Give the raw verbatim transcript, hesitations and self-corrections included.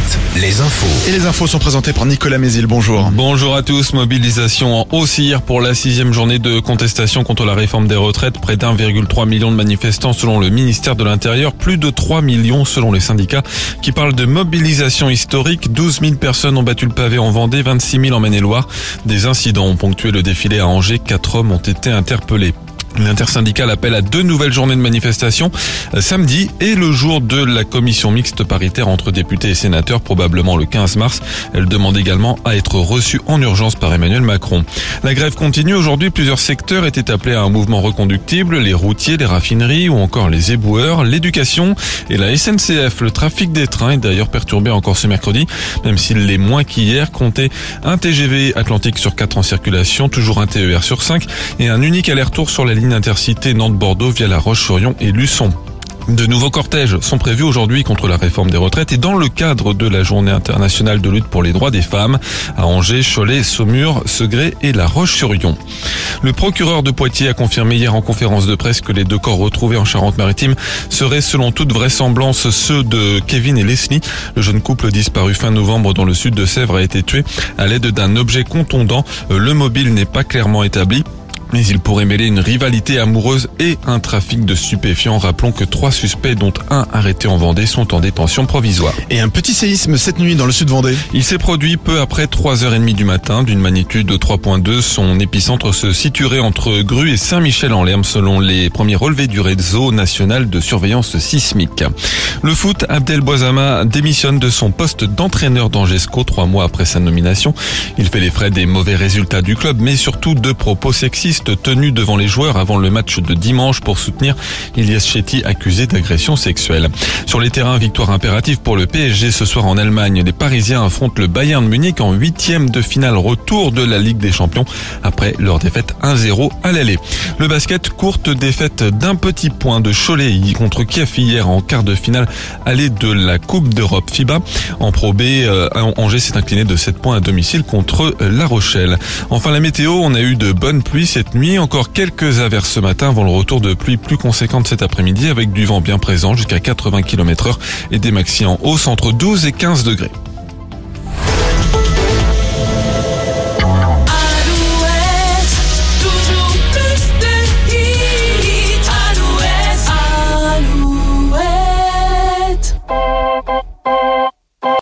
retraite, les infos. Et les infos sont présentées par Nicolas Mézil, bonjour. Bonjour à tous, mobilisation en hausse hier pour la sixième journée de contestation contre la réforme des retraites. Près d'un virgule trois million de manifestants selon le ministère de l'Intérieur, plus de trois millions selon les syndicats qui parlent de mobilisation historique. douze mille personnes ont battu le pavé en Vendée, vingt-six mille en Maine-et-Loire. Des incidents ont ponctué le défilé à Angers, quatre hommes ont été interpellés. L'intersyndicale appelle à deux nouvelles journées de manifestation samedi et le jour de la commission mixte paritaire entre députés et sénateurs, probablement le quinze mars. Elle demande également à être reçue en urgence par Emmanuel Macron. La grève continue. Aujourd'hui, plusieurs secteurs étaient appelés à un mouvement reconductible. Les routiers, les raffineries ou encore les éboueurs, l'éducation et la S N C F. Le trafic des trains est d'ailleurs perturbé encore ce mercredi, même s'il l'est moins qu'hier. Comptez un T G V Atlantique sur quatre en circulation, toujours un T E R sur cinq et un unique aller-retour sur la ligne intercité Nantes-Bordeaux via La Roche-sur-Yon et Luçon. De nouveaux cortèges sont prévus aujourd'hui contre la réforme des retraites et dans le cadre de la journée internationale de lutte pour les droits des femmes à Angers, Cholet, Saumur, Segré et La Roche-sur-Yon. Le procureur de Poitiers a confirmé hier en conférence de presse que les deux corps retrouvés en Charente-Maritime seraient selon toute vraisemblance ceux de Kevin et Leslie. Le jeune couple disparu fin novembre dans le sud de Sèvres a été tué à l'aide d'un objet contondant. Le mobile n'est pas clairement établi, mais il pourrait mêler une rivalité amoureuse et un trafic de stupéfiants. Rappelons que trois suspects, dont un arrêté en Vendée, sont en détention provisoire. Et un petit séisme cette nuit dans le sud Vendée. Il s'est produit peu après trois heures trente du matin, d'une magnitude de trois virgule deux. Son épicentre se situerait entre Grue et Saint-Michel-en-Lerme, selon les premiers relevés du réseau national de surveillance sismique. Le foot, Abdel Boisama démissionne de son poste d'entraîneur d'Angesco trois mois après sa nomination. Il fait les frais des mauvais résultats du club, mais surtout de propos sexistes tenu devant les joueurs avant le match de dimanche pour soutenir Ilyes Chetty accusé d'agression sexuelle. Sur les terrains, victoire impérative pour le P S G ce soir en Allemagne. Les Parisiens affrontent le Bayern Munich en huitième de finale retour de la Ligue des Champions après leur défaite un zéro à l'aller. Le basket, courte défaite d'un petit point de Cholet contre Kiev hier en quart de finale aller de la Coupe d'Europe FIBA. En Pro B, euh, Angers s'est incliné de sept points à domicile contre La Rochelle. Enfin la météo, on a eu de bonnes pluies cette nuit, encore quelques averses ce matin avant le retour de pluie plus conséquente cet après-midi avec du vent bien présent jusqu'à quatre-vingts kilomètres heure et des maxi en hausse entre douze et quinze degrés.